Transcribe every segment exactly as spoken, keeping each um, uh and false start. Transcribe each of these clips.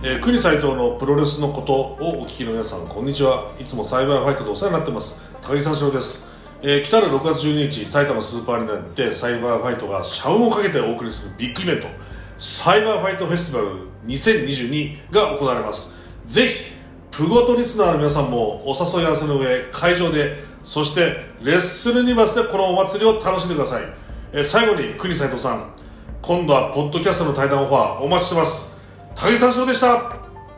えー、国斉藤のプロレスのことをお聞きの皆さん、こんにちは。いつもサイバーファイトでお世話になってます高木三四郎です。えー、来たるろくがつじゅうににち、埼玉スーパーアリーナにてサイバーファイトが社運をかけてお送りするビッグイベント、サイバーファイトフェスティバルにせんにじゅうにが行われます。ぜひプゴトリスナーの皆さんもお誘い合わせの上、会場で、そしてレッスルニバスでこのお祭りを楽しんでください。えー、最後に国斉藤さん、今度はポッドキャストの対談オファーお待ちしてます。高木三四郎でした。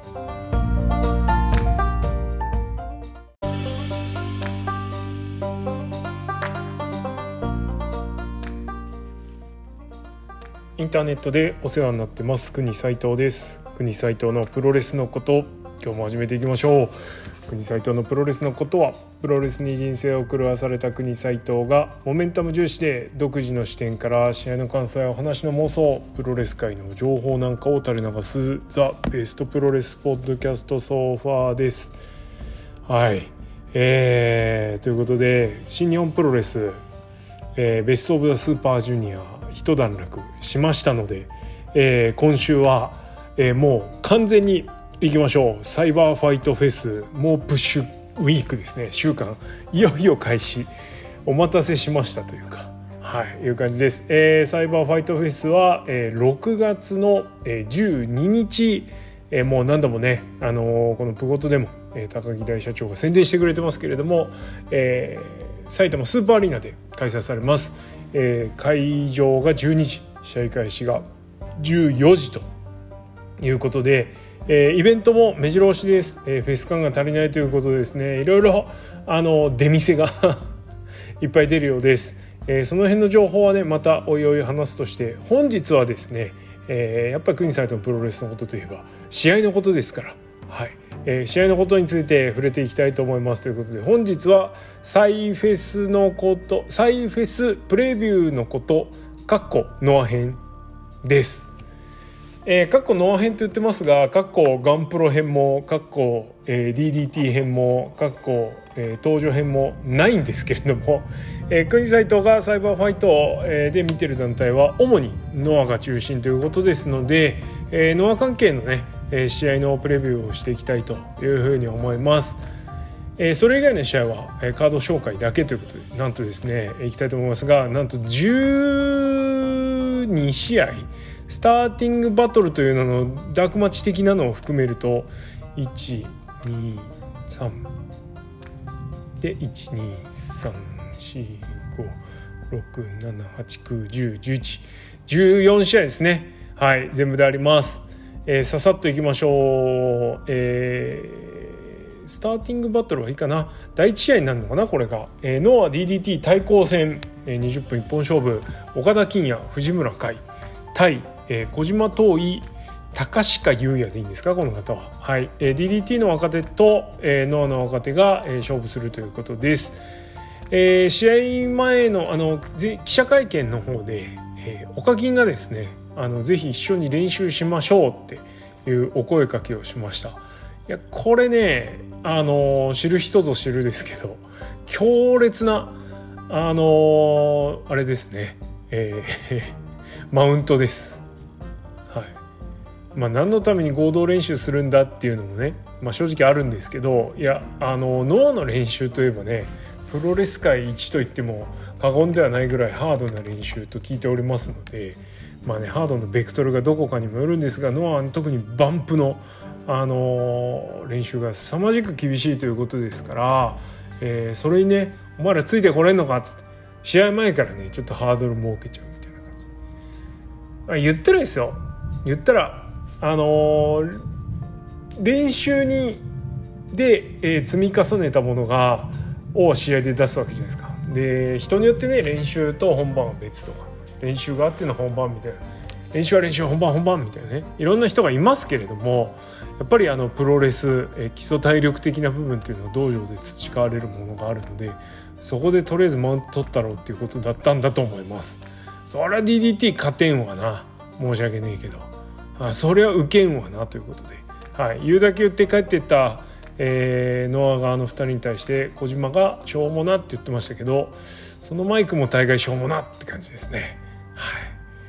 インターネットでお世話になってます国斉藤です。国斉藤のプロレスのこと、今日も始めていきましょう。国斉藤のプロレスのことは、プロレスに人生を狂わされた国斉藤がモメンタム重視で独自の視点から試合の感想や話の妄想、プロレス界の情報なんかを垂れ流すザ・ベストプロレスポッドキャストソファーです。はい、えー、ということで新日本プロレス、えー、ベストオブザスーパージュニア一段落しましたので、えー、今週は、えー、もう完全にいきましょう。サイバーファイトフェスもうプッシュウィークですね。週間いよいよ開始、お待たせしましたというか、はい、いう感じです。えー、サイバーファイトフェスは、えー、ろくがつのじゅうににち、えー、もう何度もね、あのー、このプゴトでも、えー、高木大社長が宣伝してくれてますけれども、えー、埼玉スーパーアリーナで開催されます。えー、会場がじゅうにじ、試合開始がじゅうよじということで、えー、イベントも目白押しです。えー、フェス感が足りないということでですね、いろいろあの出店がいっぱい出るようです。えー、その辺の情報はね、またおいおい話すとして、本日はですね、えー、やっぱり国斉藤のプロレスのことといえば試合のことですから、はい、えー、試合のことについて触れていきたいと思いますということで、本日はサイフェスのこと、サイフェスプレビューのことかっこノア編です。えー、かっこノア編と言ってますが、かっこガンプロ編もかっこ、えー、ディーディーティー 編もかっこ、えー、登場編もないんですけれども、えー、国斉藤がサイバーファイト、えー、で見てる団体は主にノアが中心ということですので、えー、ノア関係のね、えー、試合のプレビューをしていきたいというふうに思います。えー、それ以外の試合は、えー、カード紹介だけということで、なんとですね、いきたいと思いますが、なんとじゅうにしあい、スターティングバトルというののダークマッチ的なのを含めるといち、に、さんでいち、に、さん、し、ご、ろく、なな、はち、きゅう、じゅう、じゅういち、じゅうよんしあいですね。はい、全部であります。えー、ささっといきましょう。えー、スターティングバトルはいいかな。だいいち試合になるのかなこれが、えー、ノア ディーディーティー 対抗戦、えー、にじゅっぷん一本勝負、岡田金也藤村海対えー、小島東衣高鹿優也でいいんですかこの方は、はい、えー、ディーディーティー の若手と、えー、ノアの若手が、えー、勝負するということです。えー、試合前のあの記者会見の方で、えー、岡金がですね、あのぜひ一緒に練習しましょうっていうお声かけをしました。いやこれね、あのー、知る人ぞ知るですけど強烈なあのー、あれですね、えー、マウントです。はい、まあ、何のために合同練習するんだっていうのもね、まあ、正直あるんですけど、いやあのノアの練習といえばね、プロレス界一と言っても過言ではないぐらいハードな練習と聞いておりますので、まあね、ハードのベクトルがどこかにもよるんですが、ノアは特にバンプの、あのー、練習が凄まじく厳しいということですから、えー、それにね、お前らついてこれんのかっつって試合前からねちょっとハードル設けちゃうみたいな感じ。言ってないですよ。言ったらあのー、練習にで、えー、積み重ねたものがを試合で出すわけじゃないですか。で人によってね、練習と本番は別とか、練習があっての本番みたいな、練習は練習本番本番みたいなね、いろんな人がいますけれども、やっぱりあのプロレス、えー、基礎体力的な部分っていうのは道場で培われるものがあるので、そこでとりあえずマウント取ったろうっていうことだったんだと思います。そりゃ ディーディーティー 勝てんわな、申し訳ねえけど、あそれはウケんわなということで、はい、言うだけ言って帰っていった、えー、ノア側のふたりに対して小島がしょうもなって言ってましたけど、そのマイクも大概しょうもなって感じですね。はい、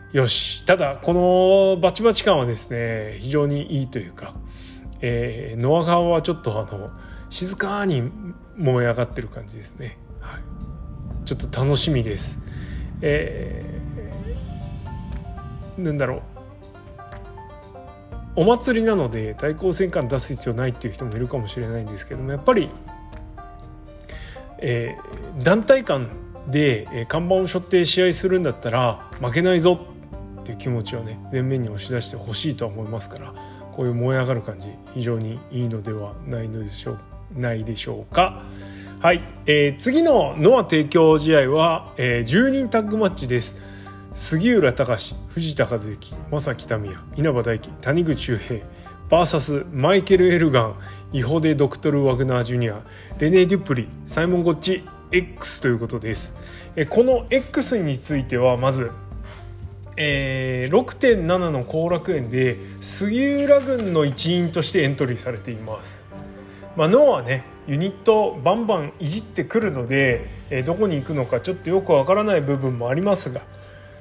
よし。ただこのバチバチ感はですね非常にいいというか、えー、ノア側はちょっとあの静かに燃え上がってる感じですね、はい、ちょっと楽しみです。えー、なんだろう、お祭りなので対抗戦感出す必要ないっていう人もいるかもしれないんですけども、やっぱり、えー、団体間で、えー、看板を背負って試合するんだったら負けないぞっていう気持ちをね前面に押し出してほしいとは思いますから、こういう燃え上がる感じ非常にいいのではないのでしょうないでしょうか。はい、えー、次のノア提供試合は、えー、じゅうにんタッグマッチです。杉浦隆、藤田和幸、正木民也、稲葉大輝、谷口周平 ブイエス マイケル・エルガン、イホデ・ドクトル・ワグナー・ジュニア、レネ・デュプリ、サイモン・ゴッチ X ということです。えこの X についてはまず、えー、ろくてんなな の後楽園で杉浦軍の一員としてエントリーされています。まあ、ノアはねユニットバンバンいじってくるので、えー、どこに行くのかちょっとよくわからない部分もありますが、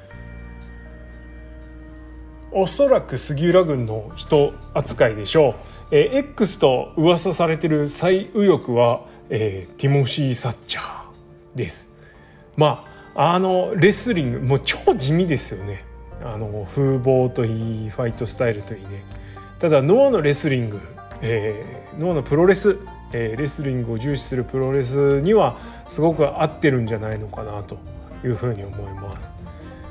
おそらく杉浦軍の人扱いでしょう。えー、X と噂されている最右翼は、えー、ティモシー・サッチャーです。まああのレスリングもう超地味ですよね。あの風貌といいファイトスタイルといいね。ただノアのレスリング、えー、ノアのプロレス、えー、レスリングを重視するプロレスにはすごく合ってるんじゃないのかなというふうに思います。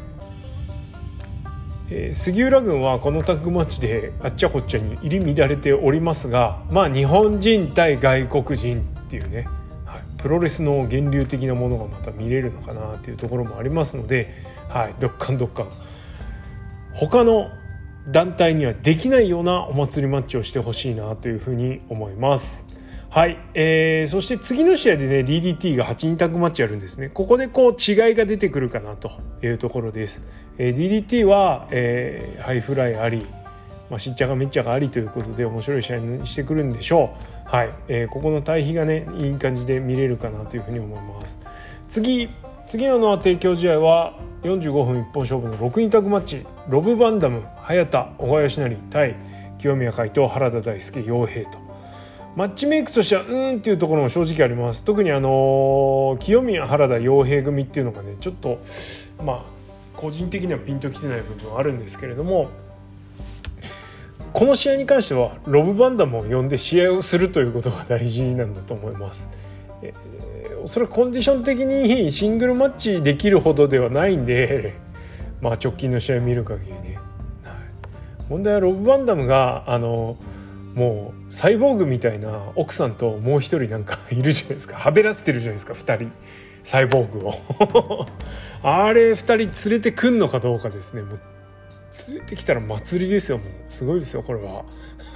えー、杉浦軍はこのタッグマッチであっちゃこっちゃに入り乱れておりますが、まあ日本人対外国人っていうね、はい、プロレスの源流的なものがまた見れるのかなっていうところもありますので、はい、どっかんどっかん他の団体にはできないようなお祭りマッチをしてほしいなというふうに思います。はい、えー、そして次の試合でね ディーディーティー がはちにんタッグマッチやるんですね。ここでこう違いが出てくるかなというところです。えー、ディーディーティー は、えー、ハイフライあり、まあ、しっちゃかめっちゃかありということで面白い試合にしてくるんでしょう。はい、えー、ここの対比がねいい感じで見れるかなというふうに思います。次次のノア提供試合はよんじゅうごふん一本勝負のろくにんタッグマッチ、ロブ・バンダム、早田、小川義成対清宮海斗、原田大輔、陽平と。マッチメイクとしてはうーんっていうところも正直あります。特にあの清宮原田陽平組っていうのがねちょっとまあ個人的にはピンときてない部分はあるんですけれども、この試合に関してはロブ・バンダムを呼んで試合をするということが大事なんだと思います。えー、おそらくコンディション的にシングルマッチできるほどではないんで、まあ直近の試合を見る限りね、はい、問題はロブ・バンダムがあのもうサイボーグみたいな奥さんともう一人なんかいるじゃないですか。はべらせてるじゃないですか、ふたりサイボーグをあれふたり連れてくんのかどうかですね。もう連れてきたら祭りですよ。もうすごいですよこれは、はい、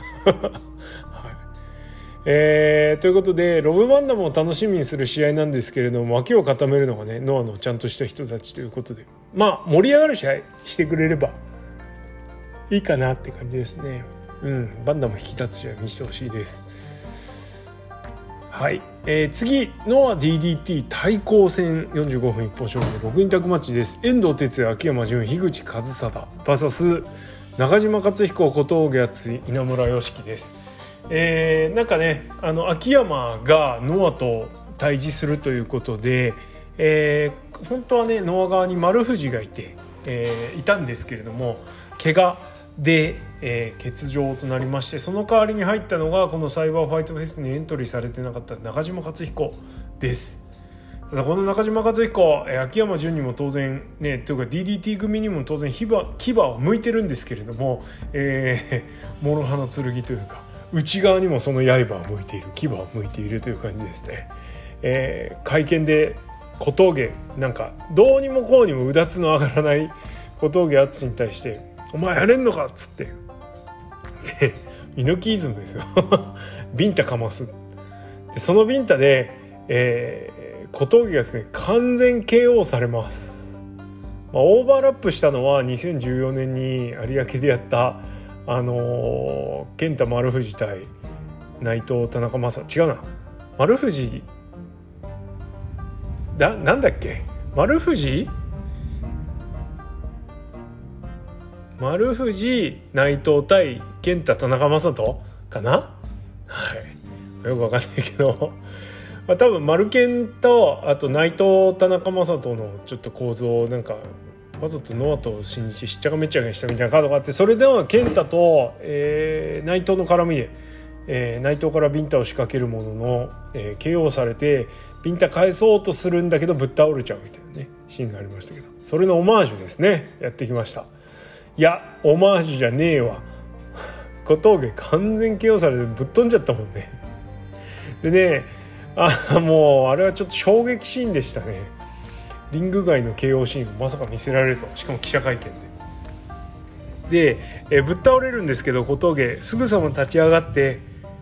えー、ということでロブ・バンダムを楽しみにする試合なんですけれども、脇を固めるのがねノアのちゃんとした人たちということで、まあ盛り上がる試合してくれればいいかなって感じですね。うん、バンダム引き立つ試合見せてほしいです。はい、えー、次のは ディーディーティー 対抗戦よんじゅうごふん一本勝負でろくにんタッグマッチです。遠藤哲也、秋山純、樋口和貞 ブイエス 中島克彦、小峠敦、稲村良樹です。えー、なんかねあの秋山がノアと対峙するということで、えー、本当はねノア側に丸藤がいて、えー、いたんですけれども怪我で、えー、欠場となりまして、その代わりに入ったのがこのサイバーファイトフェスにエントリーされてなかった中島克彦です。ただこの中島克彦、えー、秋山純にも当然ねというか ディーディーティー 組にも当然牙を向いてるんですけれども、えー、諸刃の剣というか内側にもその刃を向いている、牙を向いているという感じですね。えー、会見で小峠なんかどうにもこうにもうだつの上がらない小峠敦に対してお前やれんのかっつってで猪木イズムですよビンタかますで、そのビンタで、えー、小峠がですね完全 ケーオー されます。まあ、オーバーラップしたのはにせんじゅうよねんに有明でやったあのー、健太丸藤対内藤田中正違うな丸藤だなんだっけ丸藤丸藤内藤対健太田中将人かな、はい、よくわかんないけどまあ、多分丸健とあと内藤田中将人のちょっと構造をなんかわざとノアと新日しっちゃかめっちゃかにしたみたいなカードがあって、それでは健太と、えー、内藤の絡みで、えー、内藤からビンタを仕掛けるものの、えー、ケーオー されてビンタ返そうとするんだけどぶっ倒れちゃうみたいなねシーンがありましたけど、それのオマージュですね。やってきました。いやオマージュじゃねえわ小峠完全 ケーオー されてぶっ飛んじゃったもんね。でねあもうあれはちょっと衝撃シーンでしたね。リング外の ケーオー シーンをまさか見せられると、しかも記者会見でで、えぶっ倒れるんですけど小峠すぐさま立ち上がって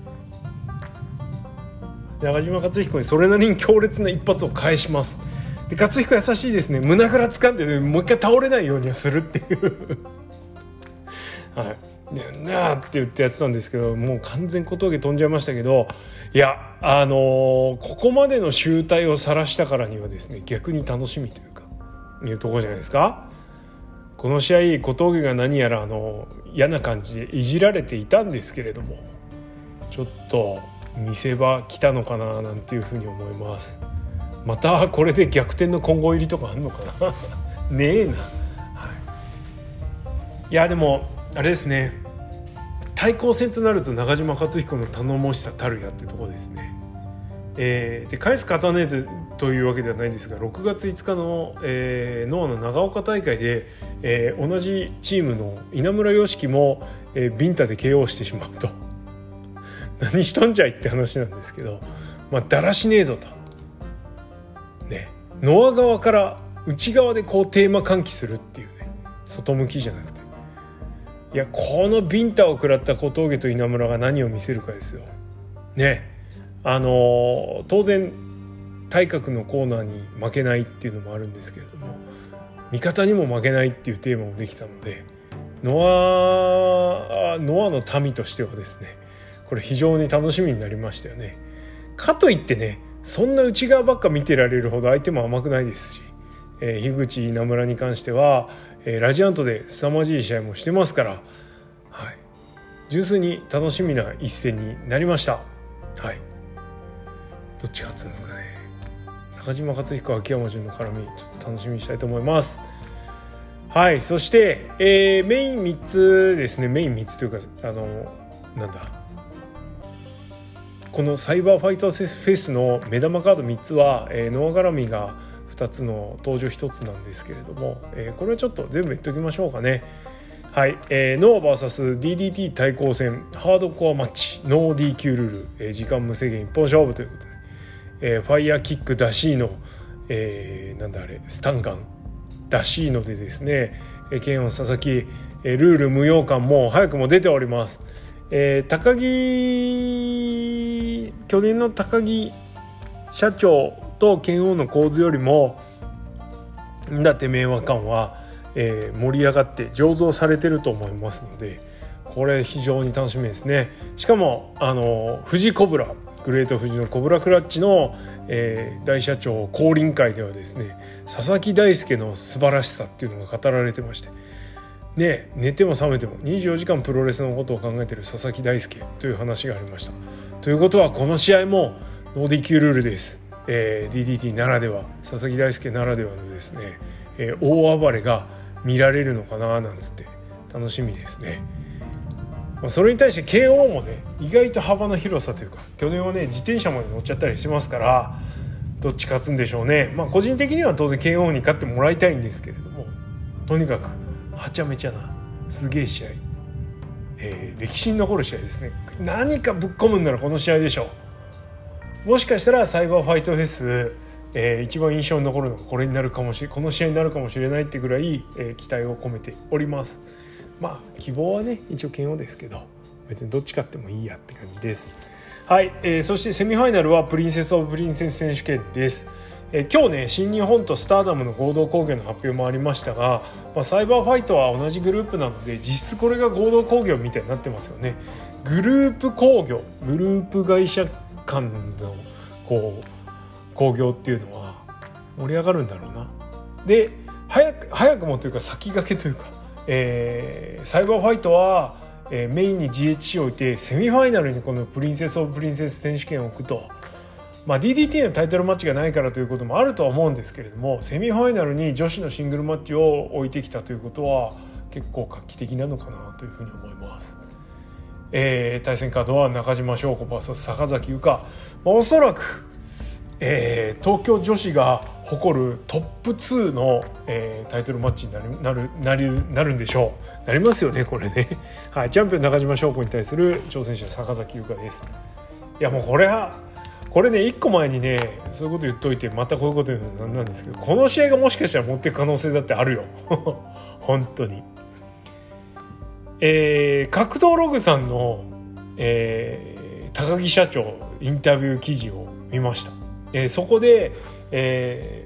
中島克彦にそれなりに強烈な一発を返します。で克彦優しいですね。胸から掴んで、ね、もう一回倒れないようにはするっていうはいねなあって言ってやってたんですけど、もう完全小峠飛んじゃいましたけど、いやあのー、ここまでの醜態を晒したからにはですね逆に楽しみというかいうところじゃないですか。この試合小峠が何やらあの嫌な感じでいじられていたんですけれども、ちょっと見せ場来たのかななんていうふうに思います。またこれで逆転の混合入りとかあんのかなねえな、はい、いやでもあれですね、対抗戦となると中島克彦の頼もしさたるやってとこですね。えー、で返す刀ねえというわけではないんですが、ろくがついつかの、えー、ノアの長岡大会で、えー、同じチームの稲村良樹も、えー、ビンタで ケーオー してしまうと何しとんじゃいって話なんですけど、まあだらしねえぞとね、ノア側から内側でこうテーマ喚起するっていうね、外向きじゃなくて、いやこのビンタを食らった小峠と稲村が何を見せるかですよね。あのー、当然体格のコーナーに負けないっていうのもあるんですけれども、味方にも負けないっていうテーマもできたので、ノアノアの民としてはですねこれ非常に楽しみになりましたよね。かといってねそんな内側ばっか見てられるほど相手も甘くないですし、えー、樋口稲村に関しては、えー、ラジアントで凄まじい試合もしてますから、はい、純粋に楽しみな一戦になりました。はい、どっち勝つんですかね。中島克彦秋山純の絡みちょっと楽しみにしたいと思います。はい、そして、えー、メインみっつですね。メインみっつというかあのなんだこのサイバーファイターフェスの目玉カードみっつは、えー、ノア絡みがふたつの登場ひとつなんですけれども、えー、これはちょっと全部言っておきましょうかね。はい、えー、ノア ブイエスディーディーティー 対抗戦ハードコアマッチノー ディーキュー ルール、えー、時間無制限一本勝負ということで、えー、ファイヤーキックダシーノ、えー、なんだあれスタンガンダシーノでですね、えー、ケンオン佐々木、えー、ルール無用感も早くも出ております。えー、高木去年の高木社長と剣王の構図よりもだって明和感は、えー、盛り上がって醸造されてると思いますので、これ非常に楽しみですね。しかもあの富士コブラグレート富士のコブラクラッチの、えー、大社長降臨会ではですね佐々木大輔の素晴らしさっていうのが語られてまして、ね、寝ても覚めてもにじゅうよじかんプロレスのことを考えている佐々木大輔という話がありました。ということはこの試合もノー ディーキュー ルールです。えー、ディーディーティー ならでは佐々木大輔ならではのですね、えー、大暴れが見られるのかななんつって楽しみですね。まあ、それに対して ケーオー もね意外と幅の広さというか去年はね自転車まで乗っちゃったりしますから、どっち勝つんでしょうね。まあ個人的には当然 ケーオー に勝ってもらいたいんですけれども、とにかくはちゃめちゃなすげえ試合、えー、歴史に残る試合ですね。何かぶっ込むんならこの試合でしょう。もしかしたらサイバーファイトフェス、えー、一番印象に残るのがこれになるかもしれこの試合になるかもしれないってぐらい、えー、期待を込めております。まあ希望はね一応剣王ですけど別にどっち勝ってもいいやって感じです。はい、えー、そしてセミファイナルはプリンセスオブプリンセス選手権です。えー、今日ね新日本とスターダムの合同興行の発表もありましたが、まあ、サイバーファイトは同じグループなので実質これが合同興行みたいになってますよね。グループ興行グループ会社間のこう興行っていうのは盛り上がるんだろうな。で早く早くもというか先駆けというか、 えー、サイバーファイトは、えー、メインに ジーエイチシー を置いてセミファイナルにこのプリンセス・オブ・プリンセス選手権を置くと、まあ、ディーディーティー のタイトルマッチがないからということもあるとは思うんですけれども、セミファイナルに女子のシングルマッチを置いてきたということは結構画期的なのかなというふうに思います。えー、対戦カードは中島翔子 ブイエス 坂崎優香、まあ、おそらく、えー、東京女子が誇るトップツーの、えー、タイトルマッチになる、なる、なる、なるんでしょう。なりますよねこれねはい、チャンピオン中島翔子に対する挑戦者坂崎優香です。いやもうこれはこれねいっこまえにねそういうこと言っといてまたこういうこと言うのなんなんですけど、この試合がもしかしたら持っていく可能性だってあるよ本当に。えー、格闘ログさんの、えー、高木社長インタビュー記事を見ました。えー、そこで、え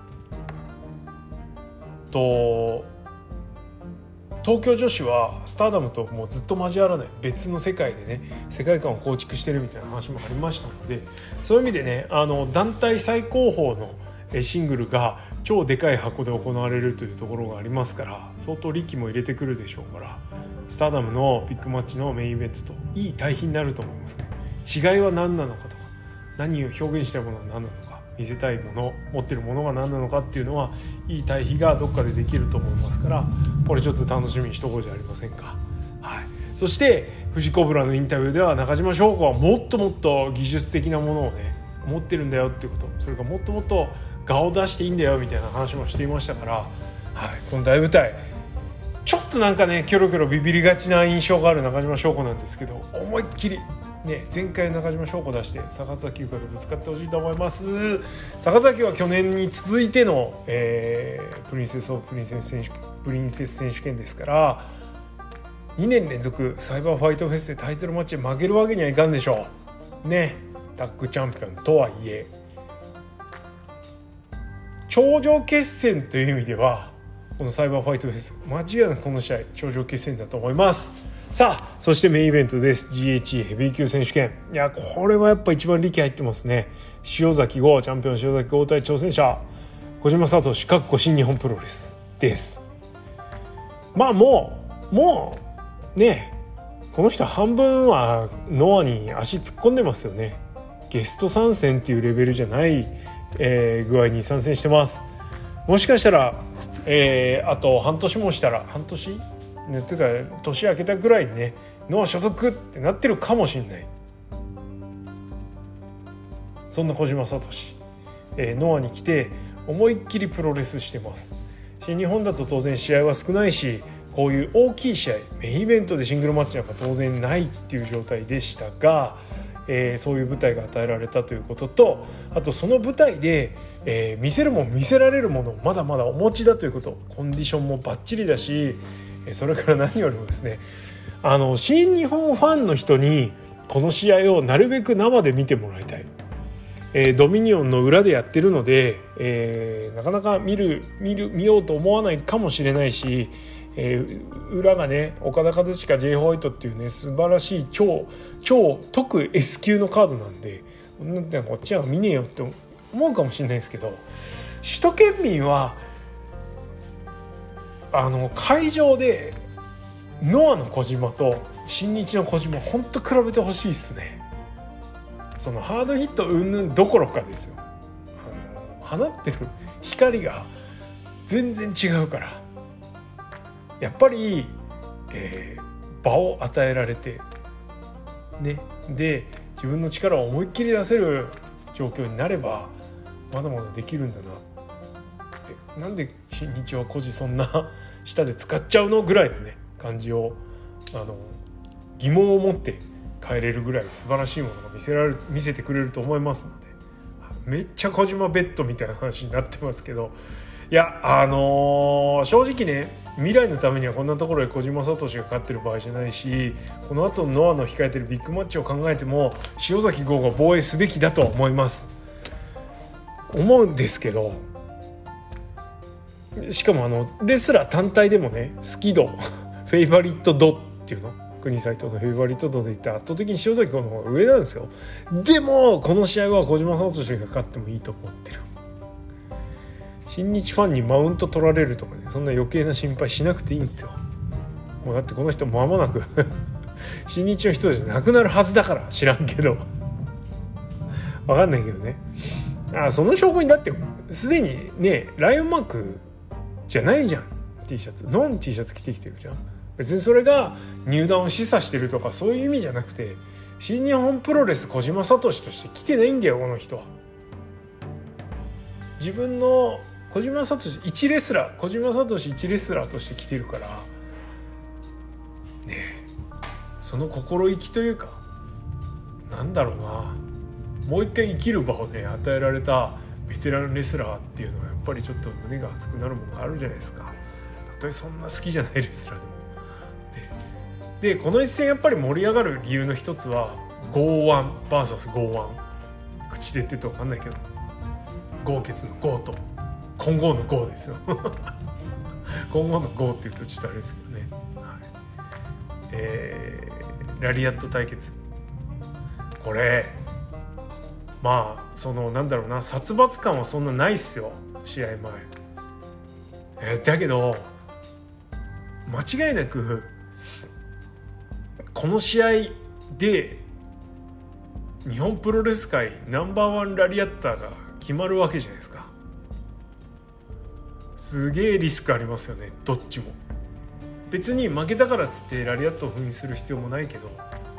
ー、と東京女子はスターダムともうずっと交わらない別の世界でね世界観を構築してるみたいな話もありましたので、そういう意味でねあの団体最高峰のシングルが超でかい箱で行われるというところがありますから、相当力も入れてくるでしょうから、スターダムのビッグマッチのメインイベントといい対比になると思いますね。違いは何なのかとか、何を表現したいものは何なのか、見せたいもの持ってるものが何なのかっていうのはいい対比がどっかでできると思いますから、これちょっと楽しみにしとこうじゃありませんか。はい、そしてフジコブラのインタビューでは中島翔子はもっともっと技術的なものをね持ってるんだよっていうこと、それからもっともっと顔を出していいんだよみたいな話もしていましたから、はい、この大舞台ちょっとなんかねキョロキョロビビりがちな印象がある中島翔子なんですけど、思いっきりね、前回中島翔子出して坂崎優香とぶつかってほしいと思います。坂崎は去年に続いての、えー、プリンセス・オブ・プリンセス選手、プリンセス選手権ですから、にねん連続サイバーファイトフェスでタイトルマッチで負けるわけにはいかんでしょうね。タッグチャンピオンとはいえ頂上決戦という意味ではこのサイバーファイトフェス間違いなくこの試合頂上決戦だと思います。さあそしてメインイベントです。 ジーエイチイー ヘビー級選手権、いやこれはやっぱ一番力入ってますね。塩崎豪チャンピオン塩崎豪対挑戦者小島聡かっこ新日本プロレスです。まあもうもうねこの人半分はノアに足突っ込んでますよね。ゲスト参戦っていうレベルじゃない、えー、具合に参戦してます。もしかしたら、えー、あと半年もしたら半年ね、というか年明けたぐらいにねノア所属ってなってるかもしれない。そんな小島聡、えー、ノアに来て思いっきりプロレスしてます。新日本だと当然試合は少ないし、こういう大きい試合メインイベントでシングルマッチなんか当然ないっていう状態でしたが、えー、そういう舞台が与えられたということと、あとその舞台で、えー、見せるもん見せられるものをまだまだお持ちだということ、コンディションもバッチリだし、それから何よりもですね、あの新日本ファンの人にこの試合をなるべく生で見てもらいたい。えー、ドミニオンの裏でやってるので、えー、なかなか見る見る見ようと思わないかもしれないし、えー、裏がね岡田和親 J ホワイトっていうね素晴らしい超超特 S 級のカードなんで、なんてこっちは見ねえよって思うかもしれないですけど、首都圏民はあの会場でノアの小島と新日の小島本当比べてほしいですね。そのハードヒット云々どころかですよ、あの放ってる光が全然違うから、やっぱり、えー、場を与えられてね、で自分の力を思いっきり出せる状況になればまだまだできるんだな。えなんで新日は孤児そんな下で使っちゃうのぐらいのね感じをあの疑問を持って変えれるぐらい素晴らしいものが見せられる見せてくれると思いますので、めっちゃ小島ベッドみたいな話になってますけど、いやあのー、正直ね未来のためにはこんなところで小島聡が勝ってる場合じゃないし、この後ノアの控えてるビッグマッチを考えても塩崎豪が防衛すべきだと思います思うんですけど、しかもあのレスラー単体でもね好き度フェイバリット度っていうの国斎藤のフェイバリット度で言って圧倒的に塩崎豪の方が上なんですよ。でもこの試合は小島聡が勝ってもいいと思ってる。 新日ファンにマウント取られるとかね、そんな余計な心配しなくていいんですよ。もうだってこの人間もなく新日の人じゃなくなるはずだから、知らんけどわかんないけどね。あ、その証拠にだってすでにねライオンマークじゃないじゃん T シャツ、ノン T シャツ着てきてるじゃん。別にそれが入団を示唆してるとかそういう意味じゃなくて、新日本プロレス小島聡として来てないんだよこの人は。自分の小島聡一レスラー、小島聡一レスラーとして来てるからねえ、その心意気というか、なんだろうな、もう一回生きる場をね与えられたベテランレスラーっていうのはやっぱりちょっと胸が熱くなるものがあるじゃないですか。たとえそんな好きじゃないレスラーでも。で, でこの一戦やっぱり盛り上がる理由の一つは剛腕 ブイエス 剛腕、口で言ってて分かんないけど豪傑の豪と金剛の剛ですよ金剛の剛って言うとちょっとあれですけどね、はいえー、ラリアット対決、これまあそのなんだろうな、殺伐感はそんなないっすよ試合前、えー、だけど間違いなくこの試合で日本プロレス界ナンバーワンラリアッターが決まるわけじゃないですか。すげえリスクありますよね、どっちも。別に負けたからっつってラリアットを封印する必要もないけど、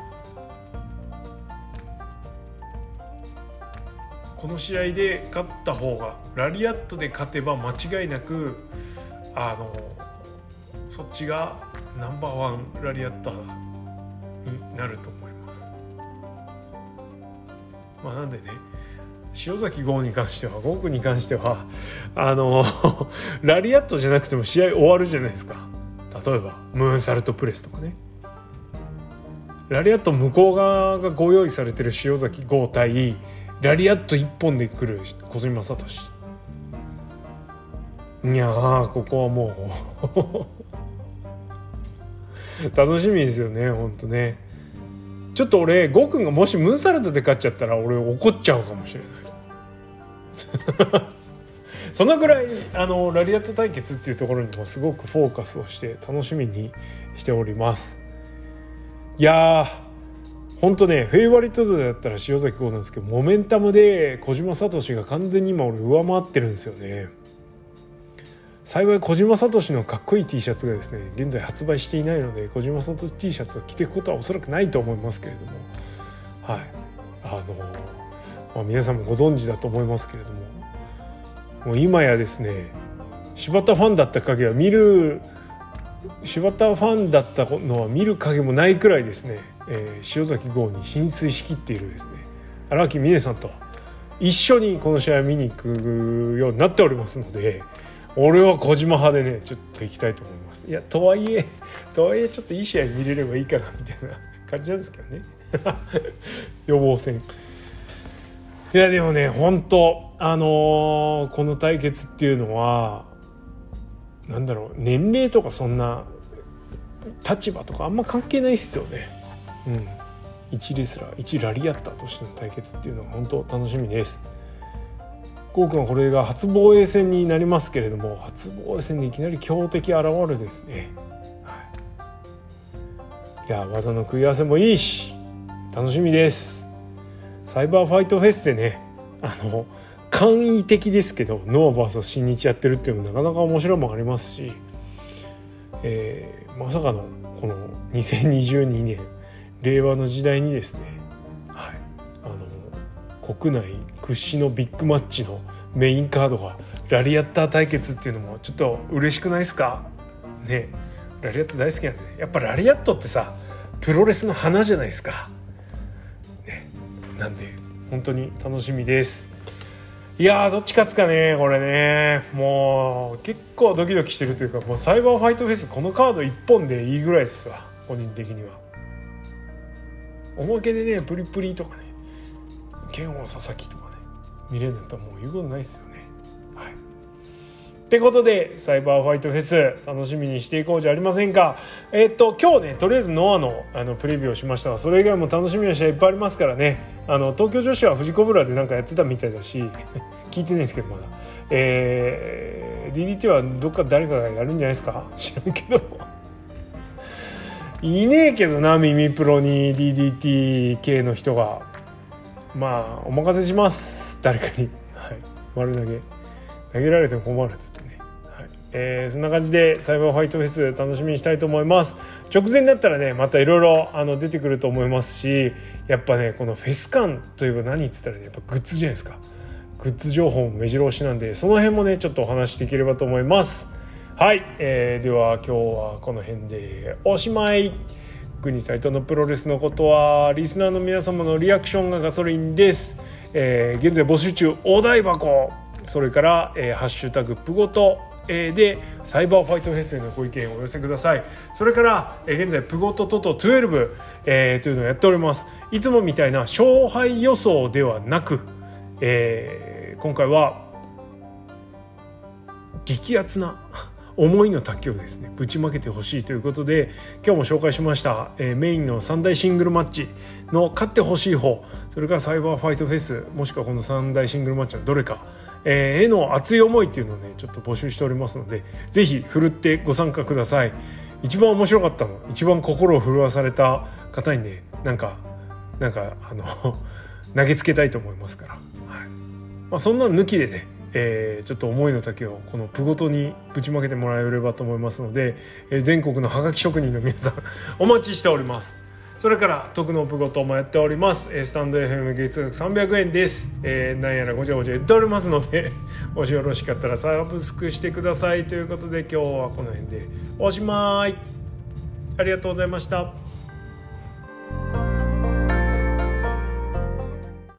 この試合で勝った方が、ラリアットで勝てば間違いなくあのそっちがナンバーワンラリアッターになると思います。まあなんでね、塩崎豪に関しては、豪君に関してはあのラリアットじゃなくても試合終わるじゃないですか。例えばムーンサルトプレスとかね、ラリアット向こう側がご用意されてる塩崎豪対ラリアット一本で来る小島聡、いやーここはもう楽しみですよね、ほんとね。ちょっと俺ゴーくんがもしムーンサルトで勝っちゃったら俺怒っちゃうかもしれないそのぐらいあのラリアット対決っていうところにもすごくフォーカスをして楽しみにしております。いやーほんとね、フェイバリット度だったら塩崎豪なんですけど、モメンタムで小島聡が完全に今俺上回ってるんですよね。幸い小島聡のかっこいい T シャツがですね現在発売していないので、小島聡 T シャツを着ていくことはおそらくないと思いますけれども、はいあの、まあ、皆さんもご存知だと思いますけれども、もう今やですね柴田ファンだった影は見る柴田ファンだったのは見る影もないくらいですね、えー、塩崎豪に浸水しきっているですね荒木美音さんと一緒にこの試合を見に行くようになっておりますので、俺は小島派でねちょっと行きたいと思います。いやとはいえとはいえちょっといい試合見れればいいかなみたいな感じなんですけどね予防戦。いやでもね本当あのー、この対決っていうのはなんだろう、年齢とかそんな立場とかあんま関係ないっすよね。うん一レスラー一ラリアッターとしての対決っていうのは本当楽しみです。ゴーくんはこれが初防衛戦になりますけれども、初防衛戦でいきなり強敵現るですね、はい、いや技の食い合わせもいいし楽しみです。サイバーファイトフェスでねあの簡易的ですけどノア ブイエス 新日やってるっていうのもなかなか面白いもありますし、えー、まさかのこのにせんにじゅうにねん令和の時代にですね、はい、あの国内屈指のビッグマッチのメインカードがラリアッター対決っていうのもちょっと嬉しくないですかね。ラリアット大好きなんで、ね、やっぱラリアットってさプロレスの花じゃないですか、ね、なんで本当に楽しみです。いやーどっち勝つかねこれね、もう結構ドキドキしてるというか、もうサイバーファイトフェスこのカードいっぽんでいいぐらいですわ個人的には。おまけでねプリプリとかね剣王佐々木とかね見れるんだったらもう言うことないですよね。はい。ってことでサイバーファイトフェス楽しみにしていこうじゃありませんか。えー、っと今日ねとりあえずノアのあのプレビューをしましたが、それ以外も楽しみな試合いっぱいありますからね。あの東京女子は富士コブラでなんかやってたみたいだし聞いてないんですけどまだ、えー、ディーディーティー はどっか誰かがやるんじゃないですか、知らんけどいねえけどな、耳プロに ディーディーティー 系の人が。まあお任せします、誰かに、はい、丸投げ投げられても困るっつってね、はい、えー、そんな感じでサイバーファイトフェス楽しみにしたいと思います。直前だったらねまたいろいろ出てくると思いますし、やっぱねこのフェス感といえば何っつったらね、やっぱグッズじゃないですか。グッズ情報も目白押しなんで、その辺もねちょっとお話しできればと思います。はい、えー、では今日はこの辺でおしまい。国サイトのプロレスのことはリスナーの皆様のリアクションがガソリンです、えー、現在募集中お題箱、それから、えー、ハッシュタグプゴト、えー、でサイバーファイトフェスへのご意見をお寄せください。それから、えー、現在プゴトトトじゅうに、えー、というのをやっております。いつもみたいな勝敗予想ではなく、えー、今回は激アツな思いの卓球をですねぶちまけてほしいということで、今日も紹介しました、えー、メインの三大シングルマッチの勝ってほしい方、それからサイバーファイトフェス、もしくはこの三大シングルマッチのどれか、えー、への熱い思いっていうのをねちょっと募集しておりますので、ぜひふるってご参加ください。一番面白かったの、一番心を震わされた方にねなんかなんかあの投げつけたいと思いますから、はい、まあ、そんなの抜きでね、えー、ちょっと思いの丈をこのプゴトにぶちまけてもらえればと思いますので、えー、全国のハガキ職人の皆さんお待ちしております。それから徳のプゴトもやっております。スタンド エフエム 月額さんびゃくえんです。えー、なんやらごちゃごちゃ言っておりますのでもしよろしかったらサブスクしてくださいということで、今日はこの辺でおしまい。ありがとうございました。